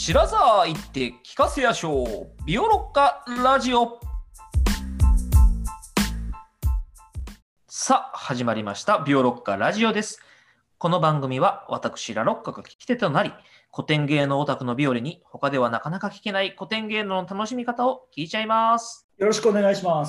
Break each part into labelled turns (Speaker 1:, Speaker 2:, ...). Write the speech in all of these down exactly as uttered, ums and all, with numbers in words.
Speaker 1: 白沢行って聞かせやしょうビオロッカラジオ。さあ始まりましたビオロッカラジオです。この番組は私ラロッカが聞き手となり、古典芸能オタクのビオレに他ではなかなか聞けない古典芸能の楽しみ方を聞いちゃいます。
Speaker 2: よろしくお願いします。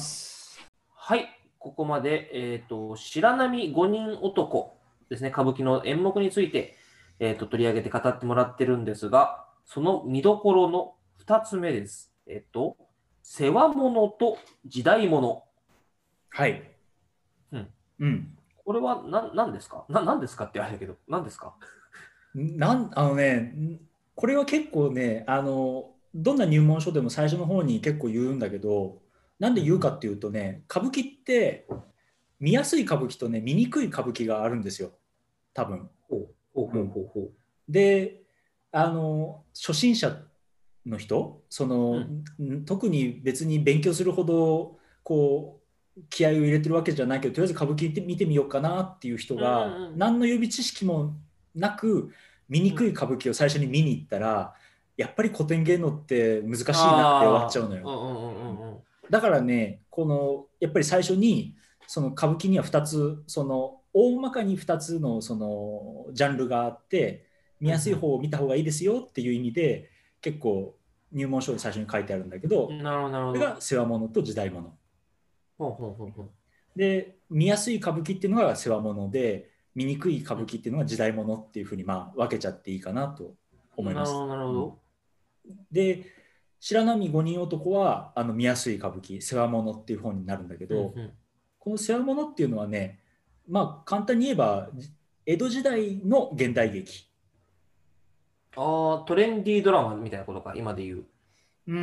Speaker 1: はい、ここまで、えーと、白波五人男ですね、歌舞伎の演目について、えーと、取り上げて語ってもらってるんですが、その見どころのふたつめです。えっと、世話物と時代物。
Speaker 2: はい。
Speaker 1: うん。
Speaker 2: うん。
Speaker 1: これはな何ですかな何ですかってあれだけど、何ですか
Speaker 2: なんあのね、これは結構ね、あの、どんな入門書でも最初の方に結構言うんだけど、なんで言うかっていうとね、歌舞伎って見やすい歌舞伎とね、見にくい歌舞伎があるんですよ、多分。
Speaker 1: ほうほうほう
Speaker 2: うん、
Speaker 1: ほうほう。
Speaker 2: で、あの、初心者の人、その、
Speaker 1: うん。
Speaker 2: ん特に別に勉強するほど、こう、気合を入れてるわけじゃないけど、とりあえず歌舞伎見て見てみようかなっていう人
Speaker 1: うんう
Speaker 2: が、
Speaker 1: ん
Speaker 2: 何の予備知識もなく、見に
Speaker 1: うん。
Speaker 2: くい歌舞伎を最初に見に行ったら、やっぱり古典芸能って難しいなで終わっちゃう
Speaker 1: ああ、う
Speaker 2: のよ。
Speaker 1: んうんうんうんうん。
Speaker 2: だからね、このやっぱり最初にその歌舞伎にはふたつ、その大まかにふたつのそのジャンルがあって、見やすい方を見た方がいいですよっていう意味で、結構入門書で最初に書いてあるんだけど、
Speaker 1: うんうん。なるほどなるほ
Speaker 2: それ
Speaker 1: ど。
Speaker 2: が世話物と時代物。
Speaker 1: ほうほうほうほう。
Speaker 2: で、見やすい歌舞伎っていうのが世話物で、見にくい歌
Speaker 1: うん。
Speaker 2: 舞伎っていうのが時代物っていうふうにまあ分けちゃっていいかなと思います。
Speaker 1: なるほどなるほ
Speaker 2: うん、
Speaker 1: ど。
Speaker 2: で、白波五人男はあの見やすい歌舞伎、世話物っていう本になるんだけど、
Speaker 1: うんうん。
Speaker 2: この世話物っていうのはね、まあ簡単に言えば、江戸時代の現代劇。
Speaker 1: ああ、トレンディードラマみたいなことか、今で言う。
Speaker 2: うん、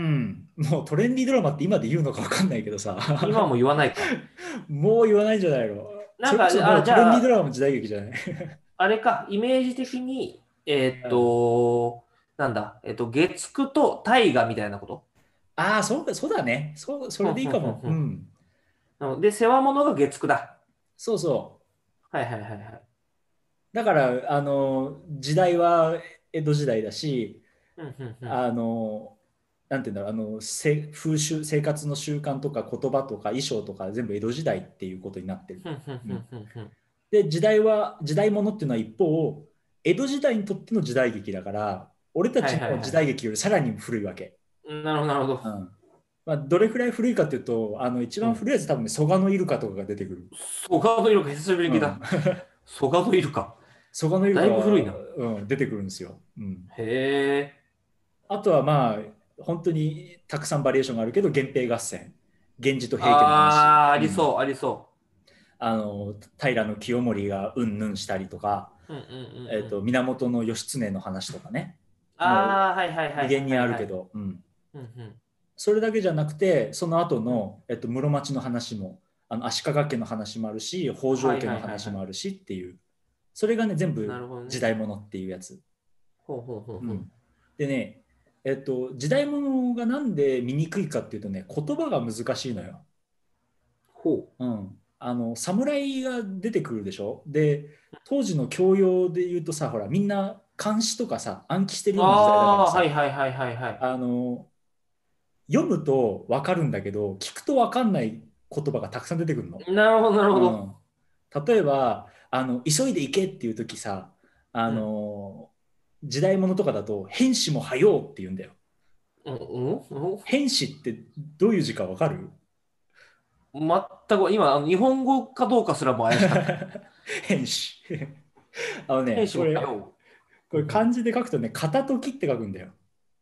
Speaker 2: もうトレンディードラマって今で言うのか分かんないけどさ、
Speaker 1: 今も言わないか。
Speaker 2: もう言わないんじゃないの。
Speaker 1: なんか、
Speaker 2: それこそも
Speaker 1: あ、
Speaker 2: うトレンディード
Speaker 1: じゃあ、
Speaker 2: ラマも時代劇じゃない。
Speaker 1: あれか、イメージ的に、えーっ
Speaker 2: うん、
Speaker 1: と、なんだ、えーっと、月9と大河みたいなこと
Speaker 2: ああ、そうか、そうだね。そう、そ
Speaker 1: ふんふ
Speaker 2: れでいいかも。
Speaker 1: んふんふん。
Speaker 2: うん。
Speaker 1: なので、世話物が月9だ。
Speaker 2: そうそう。
Speaker 1: はいはいはいはい。
Speaker 2: だから、あの、時代は江戸時代だし、
Speaker 1: ふんふんふん。
Speaker 2: あの、なんていうんだろう、あの、せ風習、生活の習慣とか言葉とか衣装とか全部江戸時代っていうことになってる。
Speaker 1: ふんふんふん
Speaker 2: うん、
Speaker 1: ふんふん。
Speaker 2: で、時代は、時代物っていうのは一方、江戸時代にとっての時代劇だから、俺た
Speaker 1: はい
Speaker 2: ち
Speaker 1: はいは
Speaker 2: の時代劇よりさらに古いわけ。
Speaker 1: い。なるほどなるほど。
Speaker 2: うん。まあ、どれくらい古いかっていうと、あの、一
Speaker 1: うん。
Speaker 2: 番古いやつ多分ね、蘇我のイルカとかが出てくる。
Speaker 1: 蘇我のイルカ、久しぶり
Speaker 2: うん。
Speaker 1: に聞いた。蘇我のイルカ。
Speaker 2: 蘇我のイル
Speaker 1: だ
Speaker 2: カ、
Speaker 1: いぶ古いな。
Speaker 2: うん、出てくるんですよ。うん。
Speaker 1: へえ。
Speaker 2: あとはまあ、本当にたくさんバリエーションがあるけど、源平合戦、源氏と平家の話、
Speaker 1: あー、あ
Speaker 2: うん、
Speaker 1: りそう、ありそ
Speaker 2: あの平清盛がうんぬんしたりとか、
Speaker 1: う。うんうんうん
Speaker 2: えーと、
Speaker 1: うん。
Speaker 2: 源義経の話とかね、もう
Speaker 1: あー、はいはいはい
Speaker 2: 無限に
Speaker 1: はいはい。
Speaker 2: あるけど、うん、
Speaker 1: うんうん。
Speaker 2: それだけじゃなくて、その後
Speaker 1: うん。
Speaker 2: の、えっと、室町の話も、あの足利家の話もあるし、北条家の
Speaker 1: はいはいはいはい。
Speaker 2: 話もあるしっていう、それがね、全部
Speaker 1: なるほどね。
Speaker 2: 時代物っていうやつ。
Speaker 1: ほうほうほうほう。
Speaker 2: うん、でね、えっと、時代物がなんで見にくいかっていうとね、言葉が難しいのよ。
Speaker 1: ほう。
Speaker 2: うん。あの、侍が出てくるでしょ。で、当時の教養で言うとさ、ほら、みんな漢詩とかさ、暗記してるような時代だから
Speaker 1: あー、はい
Speaker 2: さ、
Speaker 1: はいはいはいはい。
Speaker 2: あの、読むと分かるんだけど、聞くと分かんない言葉がたくさん出てくるの。
Speaker 1: なるほどなるほど。
Speaker 2: うん。例えば、あの、急いで行けっていう時さ、あ
Speaker 1: うん。
Speaker 2: の、時代物とかだと、変死も早うって言うんだよ。
Speaker 1: うんうんうん。
Speaker 2: 変死ってどういう字か分かる？
Speaker 1: 全く、今、あの日本語かどうかすらも怪しかった。
Speaker 2: 変死。あのね、
Speaker 1: 兵士
Speaker 2: これ、
Speaker 1: もよ。
Speaker 2: これ漢字で書くとね、片時って書くんだよ。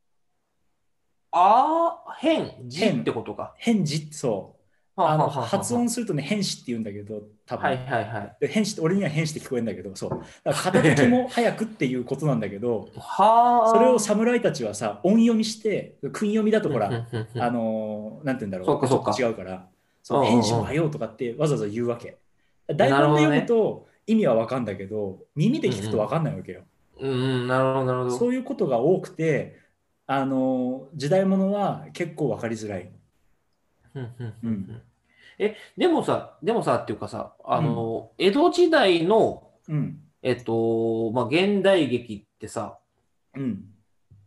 Speaker 1: あー、変、字って
Speaker 2: 変、
Speaker 1: ことか。
Speaker 2: 変字ってそう。あの、
Speaker 1: ははははは。
Speaker 2: 発音するとね、変死って言うんだけど、多
Speaker 1: はい
Speaker 2: 分。
Speaker 1: はいはい。
Speaker 2: で変死って、俺には変死って聞こえるんだけど、そう。だから片時も早くっていうことなんだけど、それを
Speaker 1: はあ。
Speaker 2: 侍たちはさ、音読みして、訓読みだと
Speaker 1: ふんふん
Speaker 2: ほら、あ
Speaker 1: ふんふん。
Speaker 2: のーなんて言うんだろ
Speaker 1: そう
Speaker 2: う、ちょっと違
Speaker 1: かそうか。
Speaker 2: うから、そう、
Speaker 1: うんう
Speaker 2: 変死も
Speaker 1: んうん。
Speaker 2: 早うとかってわざわざ言うわけ。台
Speaker 1: なる
Speaker 2: 本で読む
Speaker 1: ほどね。
Speaker 2: と意味はわかんだけど、耳で
Speaker 1: うん
Speaker 2: 聞くとわかんないわけよ。
Speaker 1: うん。うんうん、なるほどなるほど。
Speaker 2: そういうことが多くて、あのー時代物は結構わかりづらい。
Speaker 1: ふんふん
Speaker 2: うん。
Speaker 1: ふんふん。え、でもさ、でもさっていうかさ、あ
Speaker 2: うん。
Speaker 1: の、江戸時代の、
Speaker 2: うん。
Speaker 1: えっと、まあ、現代劇ってさ、
Speaker 2: うん。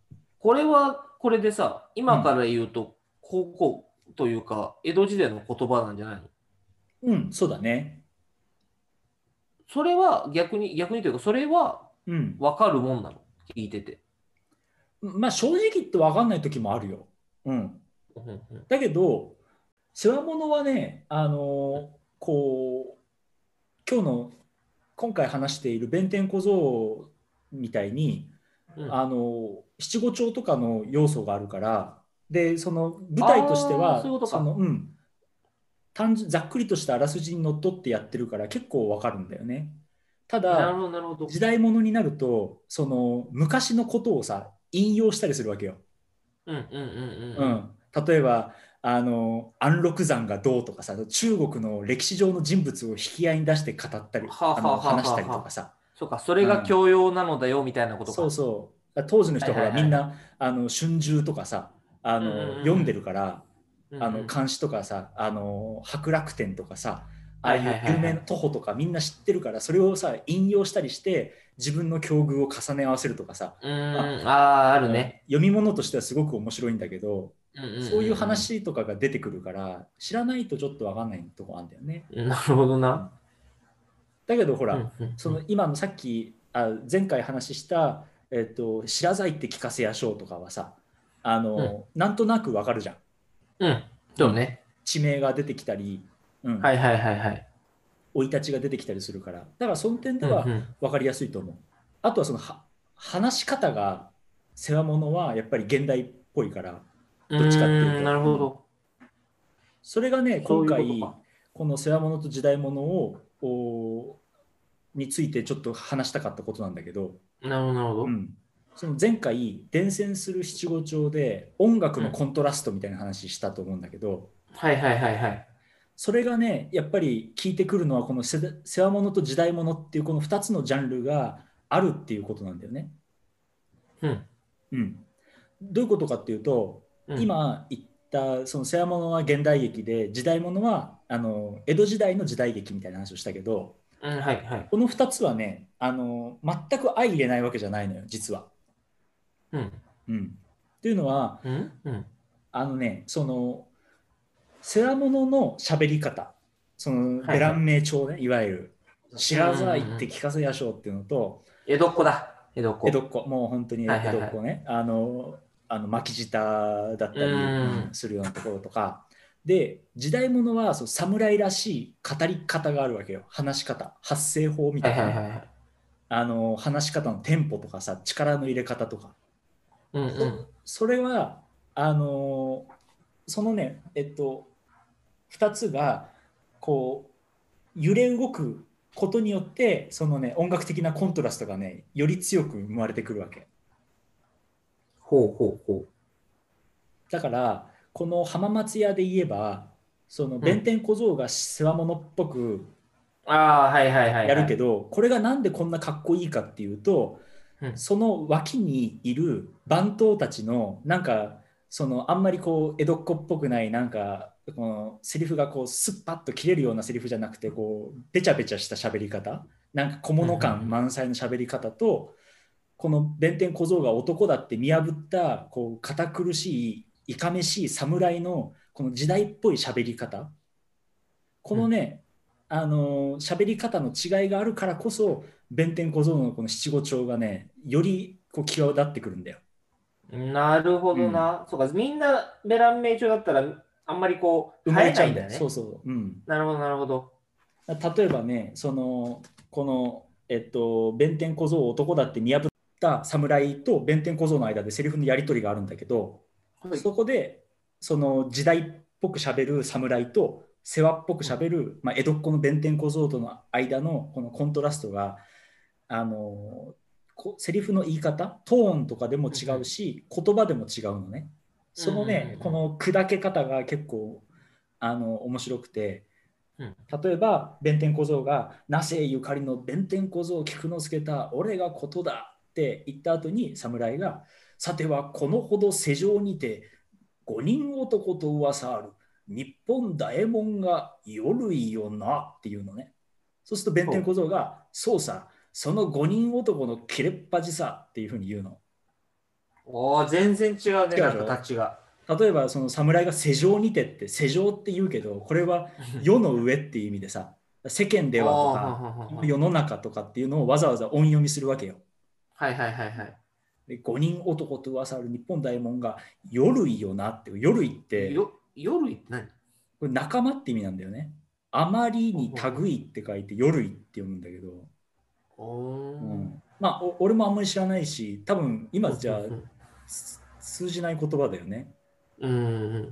Speaker 1: これはこれでさ、
Speaker 2: うん
Speaker 1: 今から言うと、高校というか、江戸時代の言葉なんじゃないの？
Speaker 2: うん、そうだね。
Speaker 1: それは逆に、逆にというか、それは
Speaker 2: うん。
Speaker 1: 分かるもんなの？聞いてて。
Speaker 2: まあ正直言って分かんない時もあるよ。うん。
Speaker 1: うんうん
Speaker 2: だけど、世話物はね、あのこう、今日の、今回話している弁天小僧みたいに、
Speaker 1: うん。
Speaker 2: あの七五調とかの要素があるから、で、その舞台として
Speaker 1: ああ、そういう
Speaker 2: は、その、
Speaker 1: ことか。
Speaker 2: うん、単純ざっくりとしたあらすじにのっとってやってるから結構わかるんだよね。ただ、
Speaker 1: なるほど、なるほど。
Speaker 2: 時代物になると、その昔のことをさ、引用したりするわけよ。
Speaker 1: うんうんうんうんうん。
Speaker 2: うん、例えばあの安禄山がどうとかさ、中国の歴史上の人物を引き合いに出して語ったり、
Speaker 1: はあ、
Speaker 2: あ
Speaker 1: はあはあ
Speaker 2: の話したり
Speaker 1: はあはあ。
Speaker 2: とかさ、
Speaker 1: そうか、それが
Speaker 2: うん、
Speaker 1: 教養なのだよみたいなこと
Speaker 2: そう
Speaker 1: か。
Speaker 2: そう、当時の
Speaker 1: はい
Speaker 2: 人ほ
Speaker 1: はいはいはい。
Speaker 2: らみんなあの春秋とかさ、あ
Speaker 1: うんうん
Speaker 2: の読んで
Speaker 1: うん
Speaker 2: るから、
Speaker 1: うん。うんうん。
Speaker 2: あの漢詩とかさ、あの伯楽天とかさ、ああ
Speaker 1: はい
Speaker 2: いう有名な
Speaker 1: はいはいはい。
Speaker 2: 徒歩とかみんな知ってるから、それをさ引用したりして自分の境遇を重ね合わせるとかさ、
Speaker 1: う
Speaker 2: ま
Speaker 1: ーん、ああ、あ
Speaker 2: あ、うん、
Speaker 1: るね。
Speaker 2: 読み物としてはすごく面白いんだけど、
Speaker 1: うんうん
Speaker 2: そういう
Speaker 1: うん
Speaker 2: 話とかが出てくるから知らないとちょっと分かんないとこあるんだよね。
Speaker 1: うん。なるほどな。
Speaker 2: うん、だけどほら、
Speaker 1: うんうん
Speaker 2: その今のさっきあ前回話した、えっと「知らざいって聞かせやしょう」とかはさ、あ
Speaker 1: うん。
Speaker 2: のなんとなく分かるじゃん。
Speaker 1: うん。
Speaker 2: うん、
Speaker 1: そうね。
Speaker 2: 地名が出てきたり、うん、
Speaker 1: はいはいはいはい。
Speaker 2: 生い立ちが出てきたりするから、だからその点では
Speaker 1: うんうん。
Speaker 2: 分かりやすいと思う。あとはそのは話し方が、世話物はやっぱり現代っぽいから、
Speaker 1: う
Speaker 2: どっちかっていう
Speaker 1: ーん、な
Speaker 2: と、うん、
Speaker 1: るほど。
Speaker 2: それがね、今
Speaker 1: そういうこと
Speaker 2: 回、
Speaker 1: か。
Speaker 2: この世話物と時代物をおについてちょっと話したかったことなんだけど、
Speaker 1: なるほど、なるほど。
Speaker 2: うん、その前回、伝染する七五調で音楽
Speaker 1: うん。
Speaker 2: のコントラストみたいな話したと思うんだけど、
Speaker 1: はいはいはいはい。
Speaker 2: それがね、やっぱり聞いてくるのは、この世世話物と時代物っていうこのふたつのジャンルがあるっていうことなんだよね。
Speaker 1: うん。
Speaker 2: うん、どういうことかっていうと、
Speaker 1: うん。
Speaker 2: 今言ったその世話物は現代劇で、時代物はあの江戸時代の時代劇みたいな話をしたけど、
Speaker 1: うん、はいはい。
Speaker 2: このふたつはね、あの全く相入れないわけじゃないのよ、実は。
Speaker 1: うん。
Speaker 2: うん、っていうのは、
Speaker 1: うんうん。
Speaker 2: あのね、その世話物の喋り方、そのベラン
Speaker 1: はいはい。
Speaker 2: 名帳ね、いわゆる知
Speaker 1: うんうんう
Speaker 2: らざいっ
Speaker 1: んうん。
Speaker 2: て聞かせやしょうっていうのと、
Speaker 1: 江戸っ子だ。江戸っ子。
Speaker 2: 江戸っ子、もう本当に江
Speaker 1: はいはいはい。
Speaker 2: 戸っ子ね、あの、あの巻き舌だっ
Speaker 1: う
Speaker 2: たり、う
Speaker 1: ーん。
Speaker 2: ん、するようなところとか、で、時代物はそう侍らしい語り方があるわけよ。話し方、発声法み
Speaker 1: はい
Speaker 2: たいなね。
Speaker 1: はいはいはい。
Speaker 2: あの、話し方のテンポとかさ、力の入れ方とか。
Speaker 1: うんうん。
Speaker 2: そ、それは、あの、そのね、えっと、ふたつが、こう、揺れ動くことによって、そのね、音楽的なコントラストがね、より強く生まれてくるわけ。
Speaker 1: ほうほうほ
Speaker 2: だからこの浜松屋で言えば、その
Speaker 1: う。うん。
Speaker 2: 弁天小僧が世話物っぽく
Speaker 1: ああ、はいはいはい
Speaker 2: やる
Speaker 1: はい。
Speaker 2: けど、これがなんでこんなかっこいいかっていうと、
Speaker 1: うん。
Speaker 2: その脇にいる番頭たちのなんか、そのあんまりこう江戸っ子っぽくない、なんかこのセリフがこうスッパッと切れるようなセリフじゃなくて、こうベチャベチャした喋り方、なんか小
Speaker 1: うんう
Speaker 2: 物感
Speaker 1: ん
Speaker 2: 満載の喋り方と、この弁天小僧が男だって見破ったこう堅苦しいいかめしい侍のこの時代っぽい喋り方、こ
Speaker 1: うん。
Speaker 2: のね、あの喋り方の違いがあるからこそ、弁天小僧のこの七五調がね、よりこう際立ってくるんだよ。
Speaker 1: うん。なるほ
Speaker 2: うん、
Speaker 1: どな。そうか、みんなベラン名調だったら、あんまりこう、
Speaker 2: 生ま
Speaker 1: 生え
Speaker 2: れちゃうんだよ。そう
Speaker 1: ないんだね。
Speaker 2: そう。うん。
Speaker 1: なるほど、なるほど。
Speaker 2: 例えばね、そのこの、えっと、弁天小僧を男だって見破った侍と弁天小僧の間でセリフのやり取りがあるんだけど、
Speaker 1: はい。
Speaker 2: そこでその時代っぽくしゃべる侍と世話っぽくしゃべる、まあ、江戸っ子の弁天小僧との間のこのコントラストが、あのこセリフの言い方、トーンとかでも違う
Speaker 1: うんうん。
Speaker 2: し、言葉でも違うのね。
Speaker 1: うんうん
Speaker 2: そのね、この砕け方が結構あの面白くて、
Speaker 1: うんうん。
Speaker 2: 例えば弁天小僧が「那須ゆかりの弁天小僧菊之助た俺がことだ」って言った後に、侍が「さてはこのほど世上にて五人男と噂ある日本大右衛門が夜いよな」っていうのね。そうすると弁天
Speaker 1: ほ
Speaker 2: 小僧が「そうさ、その五人男の切れっ端さ」っていうふうに言うの。
Speaker 1: おー、全然違うね、なんか
Speaker 2: 違うでしょ。
Speaker 1: タッチが。
Speaker 2: 例えばその侍が世上にてって世上って言うけど、これは世の上っていう意味でさ、世間ではと
Speaker 1: おー、はん
Speaker 2: か
Speaker 1: はんはんはん。
Speaker 2: 世の中とかっていうのをわざわざ音読みするわけよ。
Speaker 1: はいはいはいはい。
Speaker 2: でごにん男と噂ある日本大門が夜いよなって、夜いって
Speaker 1: よ、夜って何？
Speaker 2: これ仲間って意味なんだよね。あまりに
Speaker 1: ほんほんほん。
Speaker 2: 類って書いて夜いって読むんだけど、
Speaker 1: おー。
Speaker 2: うん、まあお俺もあんまり知らないし、多分今
Speaker 1: ふん
Speaker 2: じゃ
Speaker 1: ふんふん。
Speaker 2: 通じない言葉だよね。
Speaker 1: うん。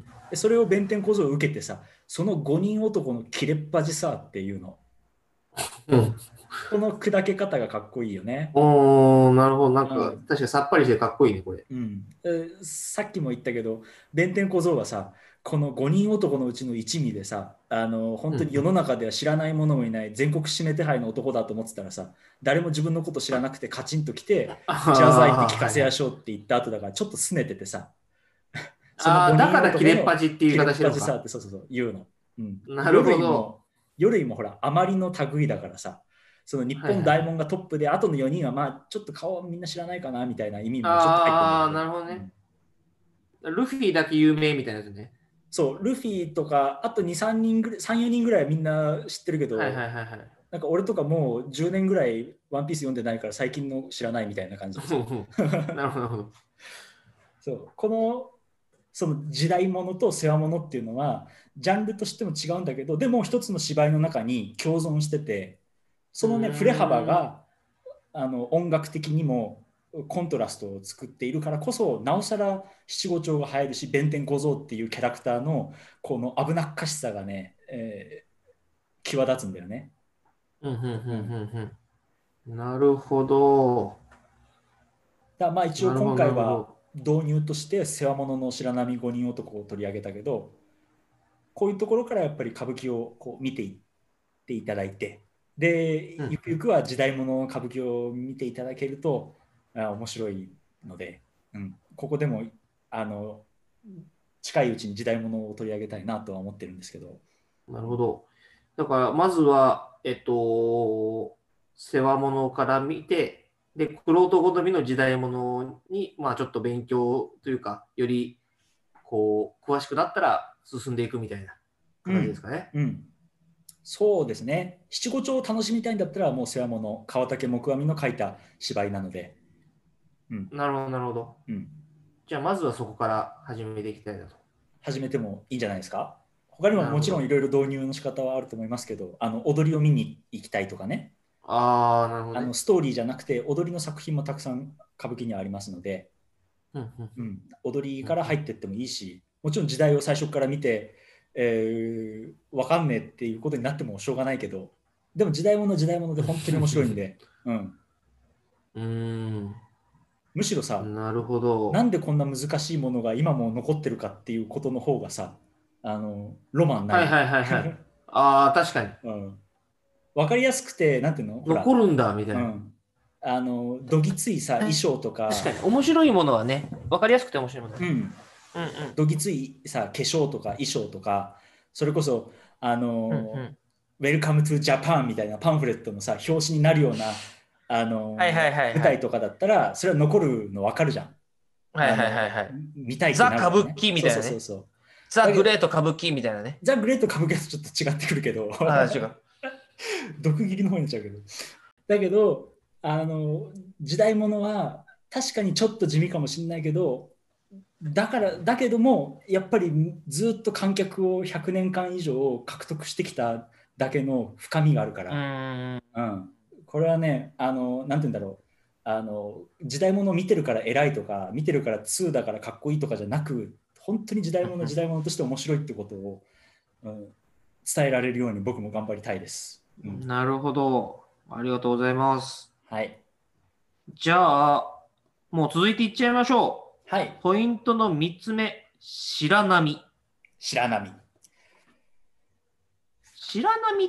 Speaker 2: でそれを弁天小僧を受けてさ、そのごにん男の切れっ端さっていうの。
Speaker 1: うん。
Speaker 2: この砕け方がかっこいいよね。
Speaker 1: おー、なるほど。なんか、
Speaker 2: うん。
Speaker 1: 確かにさっぱりしてかっこいいね、これ。
Speaker 2: うん、えさっきも言ったけど、弁天小僧はさ、このごにん男のうちの一味でさ、あの本当に世の
Speaker 1: うん。
Speaker 2: 中では知らない者もいない全国指名手配の男だと思ってたらさ、誰も自分のこと知らなくてカチンと来て、じゃあざいって
Speaker 1: ああ、
Speaker 2: 聞か
Speaker 1: はいはい。
Speaker 2: せやしょうって言った後だからちょっと拗ねててさ、その
Speaker 1: ああ、だ
Speaker 2: 5人
Speaker 1: から切れっ
Speaker 2: 男の
Speaker 1: 端っていう
Speaker 2: 切れっ
Speaker 1: 言い方してるのか。
Speaker 2: 端さってそうそうそう言うの。うん、
Speaker 1: なる
Speaker 2: 夜
Speaker 1: ほど。
Speaker 2: いも、夜いもほら、あまりの類だからさ、その日
Speaker 1: はいはいはい。
Speaker 2: 本大門がトップで、あとのよにんはまあちょっと顔みんな知らないかなみたいな意味もちょっと入ってるんだけ
Speaker 1: ああ、
Speaker 2: ど、
Speaker 1: なるほどね。
Speaker 2: うん、
Speaker 1: ルフィだけ有名みたいなやつね。
Speaker 2: そう、ルフィとか、あとに、さんにんぐらい、さん、よにんぐらいはみんな知ってるけ
Speaker 1: はい
Speaker 2: ど、
Speaker 1: はいはいはい。
Speaker 2: なんか俺とかもうじゅうねんぐらいワンピース読んでないから最近の知らないみたいな感じでさ。
Speaker 1: なるほど、なるほど。
Speaker 2: そう、このその時代物と世話物っていうのはジャンルとしても違うんだけど、でも一つの芝居の中に共存してて、
Speaker 1: う
Speaker 2: そのね振れ幅
Speaker 1: ーん。
Speaker 2: があの音楽的にもコントラストを作っているからこそ、なおさら七五調が入るし、弁天小僧っていうキャラクターのこの危なっかしさがね、えー際立つんだよね。
Speaker 1: うん、うん、うん、
Speaker 2: うん、
Speaker 1: うんうん。なるほど。
Speaker 2: だまあ一応今
Speaker 1: なるほど、な
Speaker 2: 回は
Speaker 1: るほど。
Speaker 2: 導入として世話物の白波五人男を取り上げたけど、こういうところからやっぱり歌舞伎をこう見ていっていただいて、で
Speaker 1: うん、
Speaker 2: ゆくゆくは時代物の歌舞伎を見ていただけるとあ面白いので、うん、ここでもあの近いうちに時代物を取り上げたいなとは思ってるんですけど。
Speaker 1: なるほど。だから、まずは、えっと、世話物から見て、で、玄人好みの時代物に、まあ、ちょっと勉強というか、より、こう、詳しくなったら進んでいくみたいな形です
Speaker 2: うん、
Speaker 1: かね。
Speaker 2: うん、そうですね。七五調を楽しみたいんだったらもう世話物川竹黙阿弥の書いた芝居なので、うん、
Speaker 1: なるほど、なるほど。
Speaker 2: うん、
Speaker 1: じゃあ、まずはそこから始めていきたいなと。
Speaker 2: 始めてもいいんじゃないですか。他にももちろんい
Speaker 1: なるほど。
Speaker 2: ろいろ導入の仕方はあると思いますけど、あの踊りを見に行きたいとかね、
Speaker 1: ああ、なるほどね。
Speaker 2: あのストーリーじゃなくて踊りの作品もたくさん歌舞伎にはありますので、
Speaker 1: うん、うん、
Speaker 2: うん、踊り
Speaker 1: うん、うん。
Speaker 2: から入っていってもいいし、もちろん時代を最初から見て、えー、分かんねえっていうことになってもしょうがないけど、でも時代物は時代物で本当に面白いんで、うん、
Speaker 1: うーん、
Speaker 2: むしろさ、
Speaker 1: なるほど。
Speaker 2: なんでこんな難しいものが今も残ってるかっていうことの方がさ、あのロマンない。
Speaker 1: はいはいはいはい。ああ、確かに。
Speaker 2: うん、分かりやすくて、なんていうのほら、
Speaker 1: 残るんだ、みたいな。
Speaker 2: うん、あのどぎついさ衣装とか、
Speaker 1: 確かに。面白いものはね、わかりやすくて面白いものね。
Speaker 2: うん、
Speaker 1: うんうん。
Speaker 2: どぎついさ化粧とか衣装とか、それこそあの
Speaker 1: うんうん。
Speaker 2: ウェルカムトゥジャパンみたいなパンフレットのさ表紙になるようなあ
Speaker 1: はいはい
Speaker 2: の
Speaker 1: はいはい。
Speaker 2: 舞台とかだったらそれは残るの分かるじゃん。
Speaker 1: はいはいは
Speaker 2: あの
Speaker 1: いはい。
Speaker 2: 見たいって
Speaker 1: ザ歌舞
Speaker 2: なるからね。そう
Speaker 1: 伎みたいなね。
Speaker 2: そうそうそう。
Speaker 1: ザグレー
Speaker 2: だけど
Speaker 1: ト歌舞伎みたいなね。
Speaker 2: ザ・グレート歌舞伎はちょっと違ってくるけど
Speaker 1: ああ、違う。
Speaker 2: 毒斬りの方になっちゃうけど、だけどあの時代物は確かにちょっと地味かもしれないけど、だからだけどもやっぱりずっと観客をひゃくねんかん以上獲得してきただけの深みがあるか
Speaker 1: う
Speaker 2: ら、
Speaker 1: ーん。
Speaker 2: うん、これはね、あのなんて言うんだろう、あの時代物を見てるから偉いとか見てるからツーだからかっこいいとかじゃなく、本当に時代物時代物として面白いってことを、うん、伝えられるように僕も頑張りたいです、うん、
Speaker 1: なるほど。ありがとうございます。
Speaker 2: はい、
Speaker 1: じゃあ、もう続いていっちゃいましょう。
Speaker 2: はい、
Speaker 1: ポイントのみっつめ、白波。
Speaker 2: 白波、
Speaker 1: 白波って、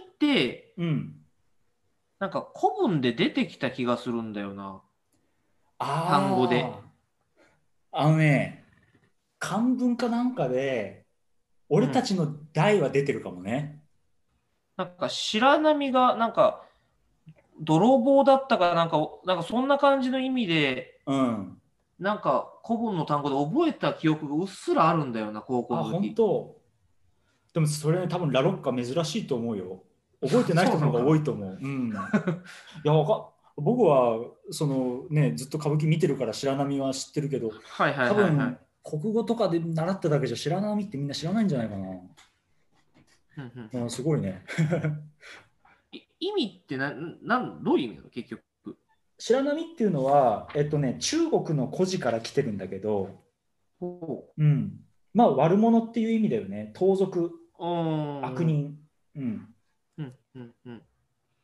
Speaker 2: うん、
Speaker 1: なんか古文で出てきた気がするんだよな。単語で。
Speaker 2: あああのね、漢文かなんかで俺た
Speaker 1: うん。
Speaker 2: ちの代は出てるかもね。
Speaker 1: なんか白波が、なんか、泥棒だったかなんか、なんかそんな感じの意味で
Speaker 2: うん。
Speaker 1: なんか古文の単語で覚えた記憶がうっすらあるんだよな、高校
Speaker 2: あ、
Speaker 1: の時。
Speaker 2: 本当。でもそれね、多分ラロッカ珍しいと思うよ。覚えてない人の方が
Speaker 1: そうなのかな。
Speaker 2: 多いと思う。うん。いや、わか僕はそのね、ずっと歌舞伎見てるから白波は知ってるけど、
Speaker 1: はいはいはいはい。
Speaker 2: 多分国語とかで習っただけじゃ白波ってみんな知らないんじゃないかな。
Speaker 1: うんうんうん
Speaker 2: まあ、すごいね。
Speaker 1: い意味ってな、なんどういう意味なの結局。
Speaker 2: 白波っていうのは、えっとね、中国の故事から来てるんだけど、
Speaker 1: ほ
Speaker 2: うん。まあ悪者っていう意味だよね。盗賊、
Speaker 1: う。うーん。
Speaker 2: 悪人。うん。
Speaker 1: うんうんうん。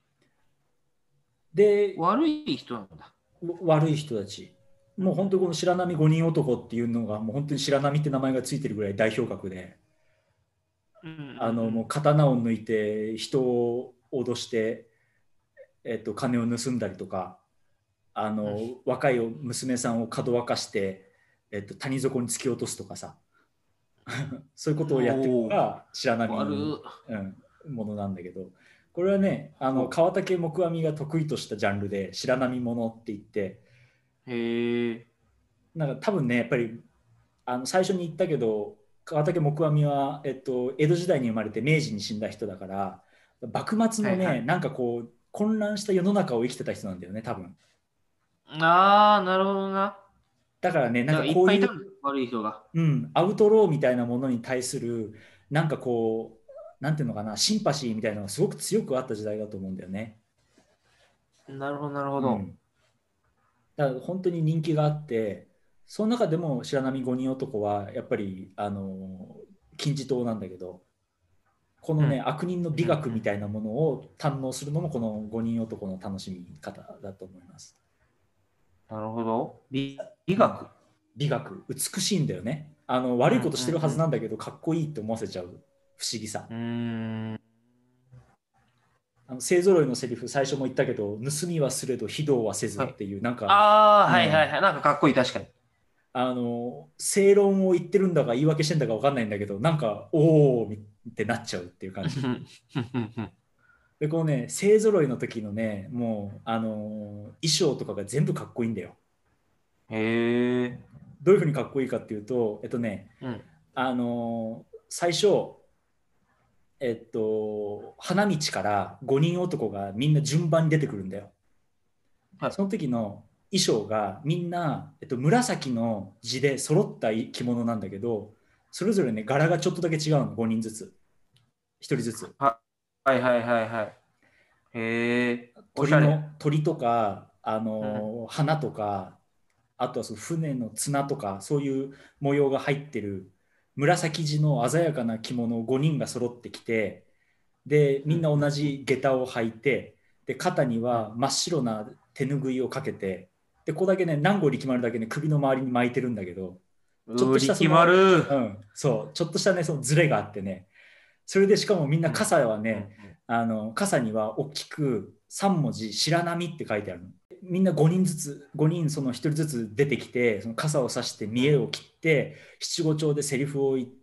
Speaker 2: で、
Speaker 1: 悪い人なんだ。
Speaker 2: 悪い人たち。もう本当にこの白波五人男っていうのが、もう本当に白波って名前がついてるぐらい代表格で、
Speaker 1: うんうんう
Speaker 2: あのもう
Speaker 1: ん。
Speaker 2: 刀を抜いて人を脅して、えっと、金を盗んだりとか、あ
Speaker 1: うん
Speaker 2: の若い娘さんをかどわかして、えっと、谷底に突き落とすとかさ、そういうことをやってるの
Speaker 1: おお、
Speaker 2: が白波、
Speaker 1: 悪。
Speaker 2: うん、ものなんだけど、これはね、あの
Speaker 1: ほ
Speaker 2: 川竹黙阿弥が得意としたジャンルで白波ものって言って、
Speaker 1: う。へえ。
Speaker 2: なんか多分ね、やっぱりあの最初に言ったけど、川竹黙阿弥は、えっと、江戸時代に生まれて明治に死んだ人だから、幕末のね、
Speaker 1: はいはい。
Speaker 2: なんかこう、混乱した世の中を生きてた人なんだよね、多分。
Speaker 1: ああ、なるほどな。
Speaker 2: だからね、なんか
Speaker 1: だからいっ
Speaker 2: こういう、
Speaker 1: ぱいいたんだ。悪い人が。
Speaker 2: うん、アウトローみたいなものに対する、なんかこう、なんていうのかな、シンパシーみたいなのがすごく強くあった時代だと思うんだよね。
Speaker 1: なるほど、なるほど。
Speaker 2: うん。だから本当に人気があって、その中でも白波五人男は、やっぱり、あの、金字塔なんだけど、このね、
Speaker 1: うん。
Speaker 2: 悪人の美
Speaker 1: うんうん。
Speaker 2: 学みたいなものを堪能するのも、この五人男の楽しみ方だと思います。
Speaker 1: なるほど。美美
Speaker 2: うん、
Speaker 1: 学。
Speaker 2: 美学、美しいんだよね。あの
Speaker 1: うんう
Speaker 2: 悪いことしてるはず
Speaker 1: ん
Speaker 2: なんだけど、かっこいいって思わせちゃう不思議さ。
Speaker 1: うん。うーん。
Speaker 2: あの勢ぞろいのセリフ、最初も言ったけど、盗みはすれど非道はせず
Speaker 1: はい。
Speaker 2: っていう、なんか、
Speaker 1: ああ、
Speaker 2: うん、
Speaker 1: はいはいはい。なんかかっこいい、確かに。
Speaker 2: あの正論を言ってるんだか言い訳してんだか分かんないんだけど、なんか、おおってなっちゃうっていう感じ。で、このね、勢ぞろいの時のね、もう、あの衣装とかが全部かっこいいんだよ。
Speaker 1: へえ。
Speaker 2: どういうふうにかっこいいかっていうと、えっとね、
Speaker 1: うん。
Speaker 2: あの最初、えっと、花道からごにん男がみんな順番に出てくるんだよ。
Speaker 1: はい。
Speaker 2: その時の衣装がみんな、えっと、紫の地で揃った着物なんだけど、それぞれね、柄がちょっとだけ違うの、ごにんずつ。ひとりずつ。
Speaker 1: ははいはいはいはい。へえ。おし
Speaker 2: 鳥
Speaker 1: ゃれ。
Speaker 2: の鳥とか、あ
Speaker 1: うん。
Speaker 2: の花とか、あとはその船の綱とか、そういう模様が入ってる紫地の鮮やかな着物をごにんが揃ってきて、で、みんな
Speaker 1: うん。
Speaker 2: 同じ下駄を履いて、で、肩に
Speaker 1: うん。
Speaker 2: は真っ白な手ぬぐいをかけて、で、ここだけね、南郷力丸だけね、首の周りに巻いてるんだけど、ちょっ
Speaker 1: うー、
Speaker 2: としたそ
Speaker 1: 力
Speaker 2: の、
Speaker 1: 丸。
Speaker 2: うん、そう、ちょっとしたね、そのズレがあってね、それでしかもみんな
Speaker 1: うん。
Speaker 2: 傘は
Speaker 1: うん。う
Speaker 2: ね、
Speaker 1: ん。
Speaker 2: あの、傘には大きくさん文字、白波って書いてあるの。みんなごにんずつ、ごにんそのひとりずつ出てきて、その傘を差して見栄を切って、七五調でセリフを言って、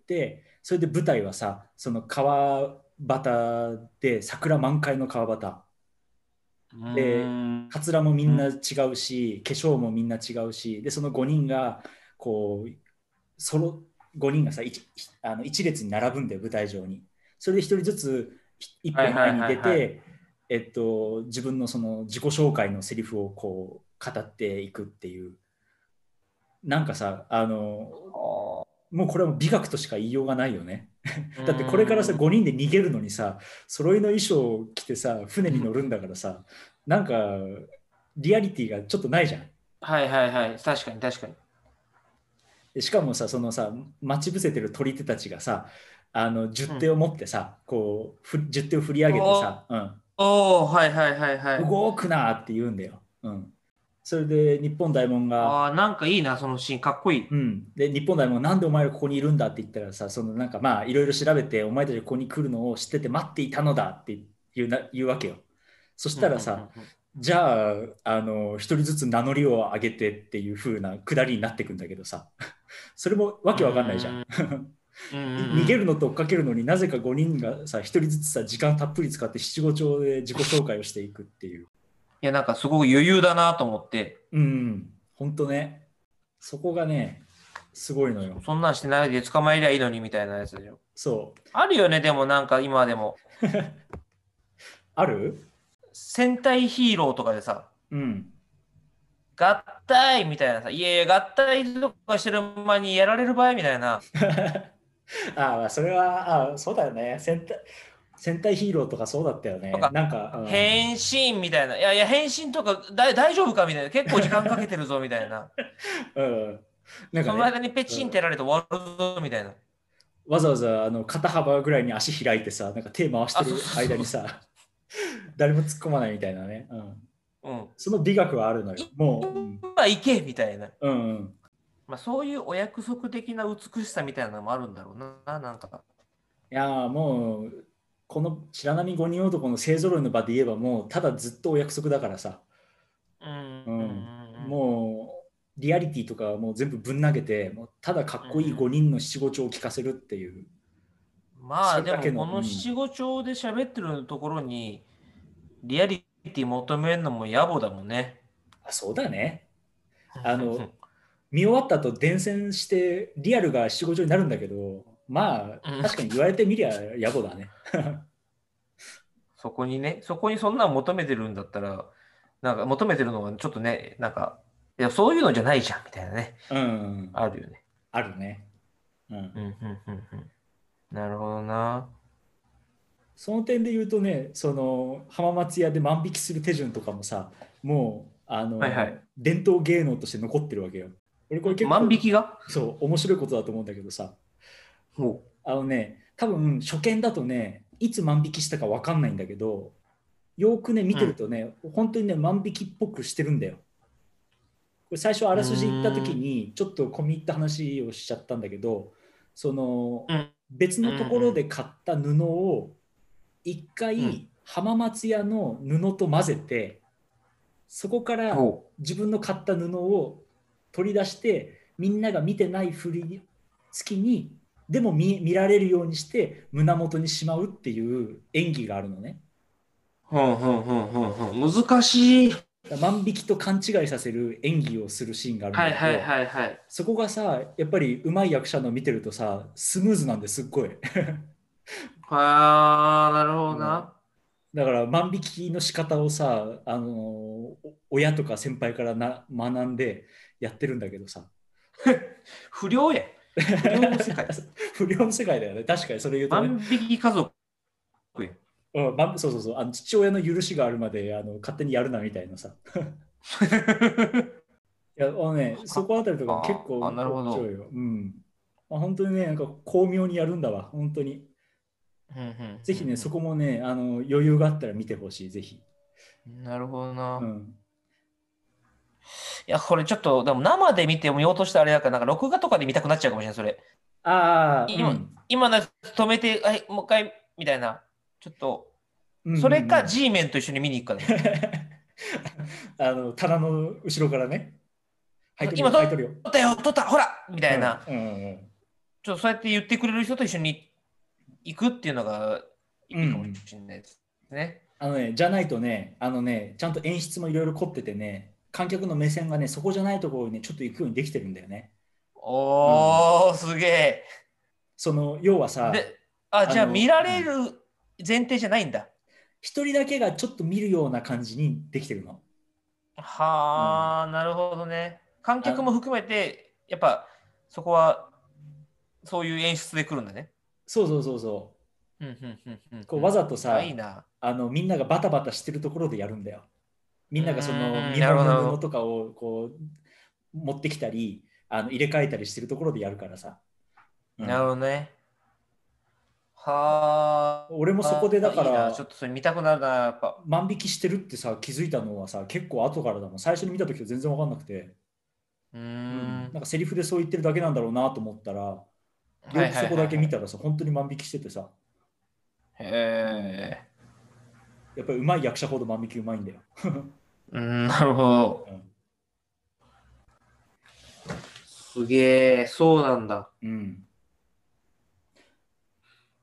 Speaker 2: それで舞台はさ、その川端で桜満開の川端。
Speaker 1: う
Speaker 2: で、
Speaker 1: ーん。
Speaker 2: カツラもみんな違
Speaker 1: うん。
Speaker 2: うし、化粧もみんな違うし、で、そのごにんが、こう、そのごにんがさ、一あの一列に並ぶんだよ、舞台上に。それで一人ずつ一
Speaker 1: はいはい
Speaker 2: 歩前に
Speaker 1: はいはい。
Speaker 2: 出て、えっと、自分のその自己紹介のセリフをこう語っていくっていう、なんかさ、あの、
Speaker 1: は
Speaker 2: もうこれはもう美学としか言いようがないよね。
Speaker 1: あ。う
Speaker 2: だってこれからさ、
Speaker 1: ーん。
Speaker 2: ごにんで逃げるのにさ、揃いの衣装を着てさ、船に乗るんだからさ、なんか、リアリティがちょっとないじゃん。
Speaker 1: はいはいはい。確かに確かに。
Speaker 2: しかもさ、そのさ、待ち伏せてる取り手たちがさ、あの十
Speaker 1: うん。
Speaker 2: 手を持ってさ、こう、ふ十手を振り上げて
Speaker 1: お
Speaker 2: さ、うん、
Speaker 1: おー、はいはいはいはい。
Speaker 2: 動くなって言うんだよ。うん。それで日本大門が、
Speaker 1: ああ、なんかいいな、そのシーン。かっこいい。
Speaker 2: うん。で、日本大門がなんでお前らここにいるんだって言ったらさ、そのなんかまあ、いろいろ調べて、お前たちがここに来るのを知ってて待っていたのだって言うな言うわけよ。そし
Speaker 1: うんうんう
Speaker 2: たらさ、
Speaker 1: んうん。
Speaker 2: じゃあ、あの、一人ずつ名乗りを上げてっていう風なくだりになってくんだけどさ、それもわ
Speaker 1: う
Speaker 2: けわかんないじゃん。
Speaker 1: ーん。うんうん
Speaker 2: 逃
Speaker 1: うん。
Speaker 2: げるのと追っかけるのになぜかごにんがさ、一人ずつさ、時間たっぷり使って七五調で自己紹介をしていくっていう。
Speaker 1: いや、なんかすごく余裕だなと思って。
Speaker 2: うん、ほんとね。 そこがね、すごいのよ。
Speaker 1: そんなんしてないで捕まえりゃいいのにみたいなやつでしょ。
Speaker 2: そう。
Speaker 1: あるよね、でもなんか今でも。
Speaker 2: ある？
Speaker 1: 戦隊ヒーローとかでさ、
Speaker 2: うん。
Speaker 1: 合体みたいなさ、いやいや、合体とかしてる間にやられる場合みたいな。
Speaker 2: ああ、それは、あそうだよね。戦隊、戦隊ヒーローとかそうだったよね。
Speaker 1: とか、
Speaker 2: なんか、うん、
Speaker 1: 変身みたいな。いやいや、変身とかだ大丈夫かみたいな。結構時間かけてるぞみたいな。
Speaker 2: うん。なんか
Speaker 1: その間
Speaker 2: ね、
Speaker 1: にペチンってやられて終わるぞみたいな。
Speaker 2: わざわざあの肩幅ぐらいに足開いてさ、なんか手回して
Speaker 1: あ、そう
Speaker 2: る
Speaker 1: そうそうそ
Speaker 2: 間にさ、誰も突っ込まないみたいなね。うん、
Speaker 1: う。うん。
Speaker 2: その美学はあるのよ。もう、うん、
Speaker 1: 今行けみたいな。
Speaker 2: うん、うん。
Speaker 1: まあ、そういうお約束的な美しさみたいなのもあるんだろうな、なんか。
Speaker 2: いやーもう、この白波五人男の勢ぞろいの場で言えば、もうただずっとお約束だからさ、
Speaker 1: うん、うん、
Speaker 2: う
Speaker 1: うん、
Speaker 2: ん、もうリアリティとかはもう全部ぶん投げて、もうただか
Speaker 1: うん。
Speaker 2: っこいい
Speaker 1: うん
Speaker 2: ごにんの七五調を聞かせるっていう、
Speaker 1: まあ、でも、
Speaker 2: それだけの、
Speaker 1: この
Speaker 2: うん、
Speaker 1: 七五調で喋ってるところに、リアリティ求めるのも野暮だもんね。
Speaker 2: あ、そうだね。あの、見終わった後伝染してリアルが七五調になるんだけど、まあ、
Speaker 1: うん、
Speaker 2: 確かに言われてみりゃ野暮だね。
Speaker 1: そこにね、そこにそんなん求めてるんだったら、なんか求めてるのはちょっとね、なんか、いや、そういうのじゃないじゃん、みたいなね。
Speaker 2: うん、
Speaker 1: あるよね。
Speaker 2: あるね。うん。
Speaker 1: うん、うん、うん、うん。なるほどな。
Speaker 2: その点で言うとね、その浜松屋で万引きする手順とかもさ、もうあの
Speaker 1: はいはい。
Speaker 2: 伝統芸能として残ってるわけよ。俺これ結
Speaker 1: 万
Speaker 2: 構
Speaker 1: 引きが
Speaker 2: そう面白いことだと思うんだけどさ、
Speaker 1: ほ
Speaker 2: あのね、多分初見だとね、いつ万引きしたか分かんないんだけど、よくね見
Speaker 1: う。うん。
Speaker 2: てるとね、本当にね万引きっぽくしてるんだよ。これ最初あ
Speaker 1: う
Speaker 2: らすじ言った時
Speaker 1: ーん。
Speaker 2: にちょっと込み入った話をしちゃったんだけど、その
Speaker 1: うん。
Speaker 2: 別
Speaker 1: うん。
Speaker 2: のところ
Speaker 1: うん。
Speaker 2: で買った布を一
Speaker 1: うん
Speaker 2: 回浜松屋の布と混ぜて、そこから
Speaker 1: ほ
Speaker 2: 自分の買った布を取り出してみんなが見てないふり付きにでも 見, 見られるようにして胸元にしまうっていう演技があるのね。
Speaker 1: う。ほうほうほうほうほう。難しい。
Speaker 2: 万引きと勘違いさせる演技をするシーンがあるんだ
Speaker 1: はいはい
Speaker 2: けど、
Speaker 1: はいはい。
Speaker 2: そこがさやっぱり上手い役者の見てるとさスムーズなんですっごい。
Speaker 1: はあ、なるほど
Speaker 2: うん、
Speaker 1: な。
Speaker 2: だから万引きの仕方をさ、あのお親とか先輩からな学んでやってるんだけどさ。
Speaker 1: 不良や。不良の世界。
Speaker 2: 不良の世界だよね。確かにそれ言うとね。
Speaker 1: 万引き家族や。
Speaker 2: うん、ま、そうそうそう。あの父親の許しがあるまであの勝手にやるなみたいなさ。いや、あのね、そこあたりとかも結構
Speaker 1: ああ、なるほど。
Speaker 2: 面白いよ。うん。まあ、本当にね、なんか巧妙にやるんだわ。本当に。
Speaker 1: うんうん
Speaker 2: ぜひね、そこもね、あの余裕があったら見てほしい。ぜひ。
Speaker 1: うん。なるほどな。
Speaker 2: うん。
Speaker 1: いや、これちょっと、でも生で見て見ようとしたらあれだから、なんか録画とかで見たくなっちゃうかもしれない、それ。
Speaker 2: ああ、う
Speaker 1: 今、
Speaker 2: ん。
Speaker 1: 今のやつ止めて、はい、もう一回、みたいな。ちょっと、
Speaker 2: うんうん
Speaker 1: それか
Speaker 2: うん。
Speaker 1: G メンと一緒に見に行くかね。
Speaker 2: あの棚の後ろからね、履いてるよ、
Speaker 1: 今撮
Speaker 2: 履いてるよ。
Speaker 1: ったよ、撮った、ほらみた
Speaker 2: うん、
Speaker 1: いな。
Speaker 2: うん、うん。
Speaker 1: ちょっとそうやって言ってくれる人と一緒に行くっていうのがい
Speaker 2: うんう
Speaker 1: いかも
Speaker 2: ん。
Speaker 1: しれないですね。
Speaker 2: あのね、じゃないとね、あのね、ちゃんと演出もいろいろ凝っててね、観客の目線がね、そこじゃないところにね、ちょっと行くようにできてるんだよね。うん。
Speaker 1: おー、すげえ。
Speaker 2: その、要はさ、
Speaker 1: で、あ、じゃあ見
Speaker 2: あの、
Speaker 1: られる
Speaker 2: うん、
Speaker 1: 前提じゃないんだ。
Speaker 2: 一人だけがちょっと見るような感じにできてるの。うん。
Speaker 1: はあ、なるほどね。観客
Speaker 2: あ、
Speaker 1: も含めて、やっぱそこはそういう演出で来るんだね。
Speaker 2: そうそうそうそ
Speaker 1: うんうんうんう
Speaker 2: う。こうわ
Speaker 1: んうん。
Speaker 2: ざと
Speaker 1: あ、いい
Speaker 2: さ、
Speaker 1: な。
Speaker 2: あの、みんながバタバタしてるところでやるんだよ。み
Speaker 1: う
Speaker 2: んながその
Speaker 1: ーん、
Speaker 2: 見
Speaker 1: なるほど、な
Speaker 2: 本の布
Speaker 1: るほど。
Speaker 2: とかをこう持ってきたりあの入れ替えたりしてるところでやるからさ、う
Speaker 1: なるほ
Speaker 2: ん、
Speaker 1: どね。は
Speaker 2: 俺もそこでだ
Speaker 1: あ、いいな。ちょ
Speaker 2: から
Speaker 1: っとそれ見たくなるな、やっぱ。
Speaker 2: 万引きしてるってさ気づいたのはさ結構後からだもん。最初に見た時は全然分かんなくて、
Speaker 1: うー
Speaker 2: うん、
Speaker 1: ん。
Speaker 2: なんかセリフでそう言ってるだけなんだろうなと思ったらよ
Speaker 1: はいはい
Speaker 2: くそこだけ
Speaker 1: はいはい。
Speaker 2: 見たらさ本当に万引きしててさ、
Speaker 1: へ
Speaker 2: うん、
Speaker 1: え。
Speaker 2: やっぱり上手い役者ほど万引きうまいんだよ。
Speaker 1: うん、なるほど。
Speaker 2: うん、
Speaker 1: すげえ、そうなんだ。
Speaker 2: うん、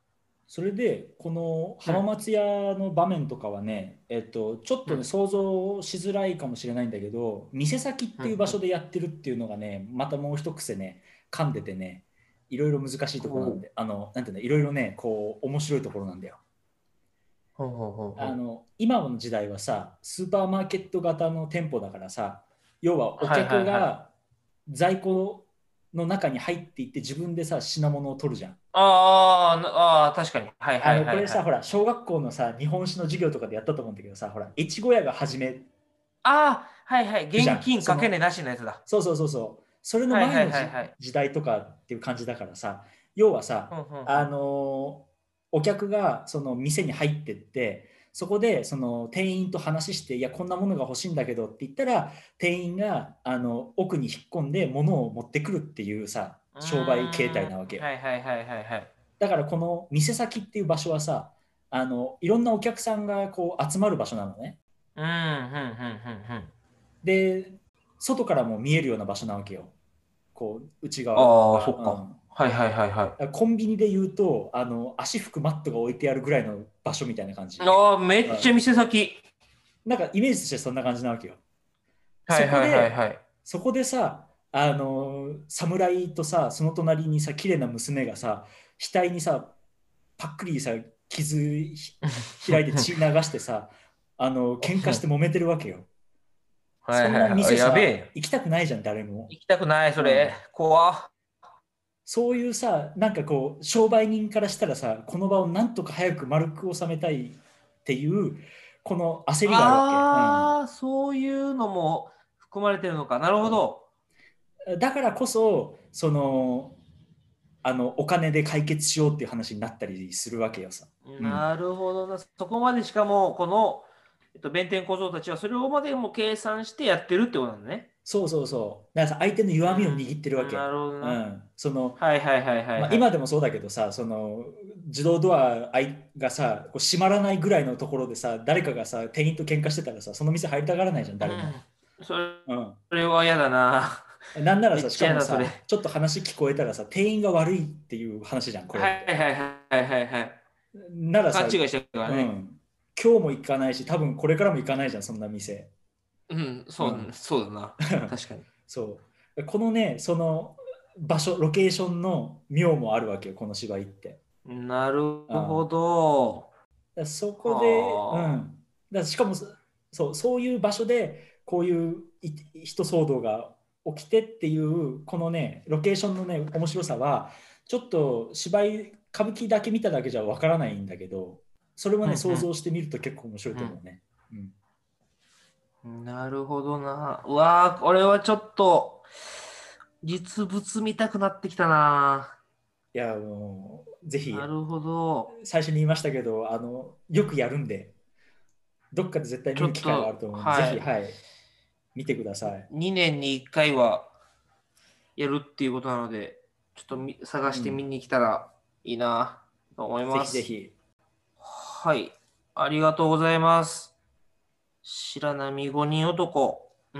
Speaker 2: それでこの浜松屋の場面とかはね、えっと、ちょっとね
Speaker 1: うん。
Speaker 2: 想像しづらいかもしれないんだけど、店先っ
Speaker 1: うん。
Speaker 2: ていう場
Speaker 1: うん。
Speaker 2: 所でやってるっていうのがね、またもう一癖ね、噛んでてね、いろいろ難しいところなん
Speaker 1: ほう。
Speaker 2: で、あの、なんていうの、いろいろね、こう、面白いところなんだよ。
Speaker 1: ほうほうほうほう。
Speaker 2: あの、今の時代はさ、スーパーマーケット型の店舗だからさ、要はお
Speaker 1: はいはいはい。
Speaker 2: 客が在庫の中に入っていって自分でさ、品物を取るじゃん。
Speaker 1: あーなあー、確かに。はいは
Speaker 2: あの、これさ、
Speaker 1: いはいはい。
Speaker 2: ほら、小学校のさ、日本史の授業とかでやったと思うんだけどさ、ほら、越後屋が始め
Speaker 1: ああ、はいはい。
Speaker 2: るじゃん。
Speaker 1: 現金
Speaker 2: その、
Speaker 1: かけ値なしのやつだ。
Speaker 2: そうそうそうそう。それの
Speaker 1: はいはい
Speaker 2: 前のじ
Speaker 1: はいはい。
Speaker 2: 時代とかっていう感じだからさ、要はさ、
Speaker 1: ふんふんふ
Speaker 2: あ
Speaker 1: ん。
Speaker 2: のーお客がその店に入ってって、そこでその店員と話して、いや、こんなものが欲しいんだけどって言ったら、店員があの奥に引っ込んで物を持ってくるっていうさ、
Speaker 1: うー
Speaker 2: 商売形
Speaker 1: ん。
Speaker 2: 態なわけよ。
Speaker 1: はいはいはいはいはい。
Speaker 2: だからこの店先っていう場所はさ、あのいろんなお客さんがこう集まる場所なのね。
Speaker 1: うーん、ふんふんふんふん。
Speaker 2: で、外からも見えるような場所なわけよ。こう内側
Speaker 1: ああ、そっか。
Speaker 2: が。
Speaker 1: はいはいはいはい。
Speaker 2: うん、コンビニで言うと、あの足拭くマットが置いてあるぐらいの場所みたいな感じ。
Speaker 1: ああ、め
Speaker 2: うん、
Speaker 1: っちゃ店先。
Speaker 2: なんかイメージとしてそんな感じなわけよ。そ
Speaker 1: はいはいはい
Speaker 2: こで、
Speaker 1: はい。
Speaker 2: そこでさ、あの侍とさ、その隣にさ、綺麗な娘がさ、額にさ、パックリさ、傷ひ開いて血流してさ、あの喧嘩して揉めてるわけよ。そんな
Speaker 1: はいはいはい。あ、
Speaker 2: 店さ、
Speaker 1: やべえ。
Speaker 2: 行きたくないじゃん、誰も。
Speaker 1: 行きたくない、それ。
Speaker 2: うん。
Speaker 1: 怖っ。
Speaker 2: そういうさ、なんかこう、商売人からしたらさ、この場をなんとか早く丸く収めたいっていう、この焦りがあるわけ。うん。
Speaker 1: ああ、そういうのも含まれてるのか。なるほ
Speaker 2: そ
Speaker 1: ど。
Speaker 2: うだからこそ、その、あの、お金で解決しようっていう話になったりするわけよさ。うん。
Speaker 1: なるほどな。そこまでしかも、この、えっと、弁天小僧たちはそれをまでも計算してやってるってことなんだね。
Speaker 2: そうそうそう。だからさ、相手の
Speaker 1: う
Speaker 2: 弱みを握ってるわ
Speaker 1: ん、な
Speaker 2: け。
Speaker 1: るほどな。
Speaker 2: うん。その、
Speaker 1: はいはいはいはい
Speaker 2: まあ、
Speaker 1: はい。
Speaker 2: 今でもそうだけどさ、その自動ドアあいがさ、こう閉まらないぐらいのところでさ、誰かがさ、店員と喧嘩してたらさ、その店入りたがらないじゃん、誰も。
Speaker 1: うん。それ、
Speaker 2: うん。
Speaker 1: それは嫌だな。
Speaker 2: なんならさ、し
Speaker 1: めっちゃ嫌だ、それ。
Speaker 2: かもさ、ちょっと話聞こえたらさ、店員が悪いっていう話じゃん、これっ
Speaker 1: はい
Speaker 2: て。
Speaker 1: はいはいはいはい。
Speaker 2: ならさ、
Speaker 1: 勘違いしてるからね。
Speaker 2: うん、今日も行かないし、多分これからも行かないじゃん、そんな店。
Speaker 1: うん、そう、
Speaker 2: うん。
Speaker 1: そうだな。確かに。
Speaker 2: そう。このね、その場所、ロケーションの妙もあるわけよ、この芝居って。
Speaker 1: なるほ
Speaker 2: うん。
Speaker 1: ど。
Speaker 2: だそこで、う
Speaker 1: は
Speaker 2: ん。だしかもそ、そう、そういう場所で、こういうい人騒動が起きてっていう、このね、ロケーションのね、面白さは、ちょっと芝居、歌舞伎だけ見ただけじゃわからないんだけど、それも
Speaker 1: あ。う
Speaker 2: ね、想
Speaker 1: ん
Speaker 2: 像してみると結構面白い
Speaker 1: うん。
Speaker 2: と思うね。うん。
Speaker 1: うん。なるほどな。うわあ、これはちょっと、実物見たくなってきたな。
Speaker 2: いや、もう、ぜひ、
Speaker 1: なるほど。
Speaker 2: 最初に言いましたけど、あの、よくやるんで、どっかで絶対
Speaker 1: ちょ
Speaker 2: 見る機会はある
Speaker 1: っと、
Speaker 2: と思うんで、ぜひ、
Speaker 1: はい。
Speaker 2: はい、見てください。
Speaker 1: にねんにいっかいはやるっていうことなので、ちょっとみ探
Speaker 2: うん。
Speaker 1: して見に来たらいいなと思い
Speaker 2: ぜ
Speaker 1: ます。
Speaker 2: ひぜひ。
Speaker 1: はい。ありがとうございます。白波五人男。うん。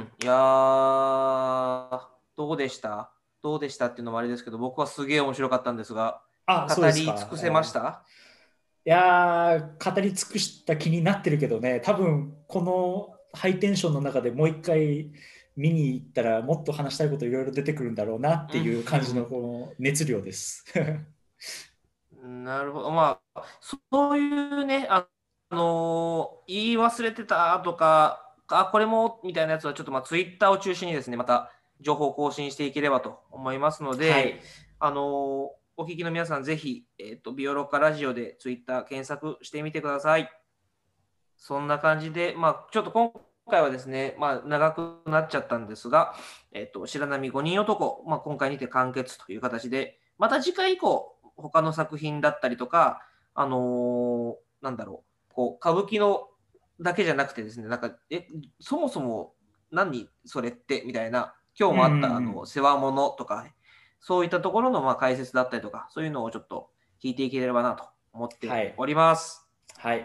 Speaker 1: いやー、どうでしたどうでしたっていうのもあれですけど、僕はすげえ面白かったんですが、
Speaker 2: あ、そう
Speaker 1: 語
Speaker 2: ですか。
Speaker 1: り尽くせまし
Speaker 2: えー
Speaker 1: た？
Speaker 2: いやー、語り尽くした気になってるけどね、多分このハイテンションの中でもう一回見に行ったらもっと話したいこといろいろ出てくるんだろうなっていう感じの
Speaker 1: う
Speaker 2: この熱量です。
Speaker 1: ん。なるほど。まあ、そういうね、ああのー言い忘れてたとか、あ、これもみたいなやつは、ちょっとまあ、ツイッターを中心にですね、また情報を更新していければと思いますので、
Speaker 2: はい。
Speaker 1: あのーお聞きの皆さん、ぜひ、えっと、ビオロッカラジオでツイッター検索してみてください。そんな感じで、まあ、ちょっと今回はですね、まあ、長くなっちゃったんですが、えっと、白波五人男、まあ、今回にて完結という形で、また次回以降、他の作品だったりとか、あのーなんだろう、こう、歌舞伎のだけじゃなくてですね、なんか、え、そもそも何それってみたいな、今日
Speaker 2: うんう
Speaker 1: もあったあの
Speaker 2: ん
Speaker 1: 世話物とか、そういったところのまあ解説だったりとか、そういうのをちょっと聞いていければなと思って
Speaker 2: はい。
Speaker 1: おります。
Speaker 2: はい。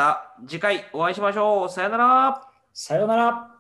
Speaker 1: では、また次回お会いしましょう。さよなら。
Speaker 2: さようなら。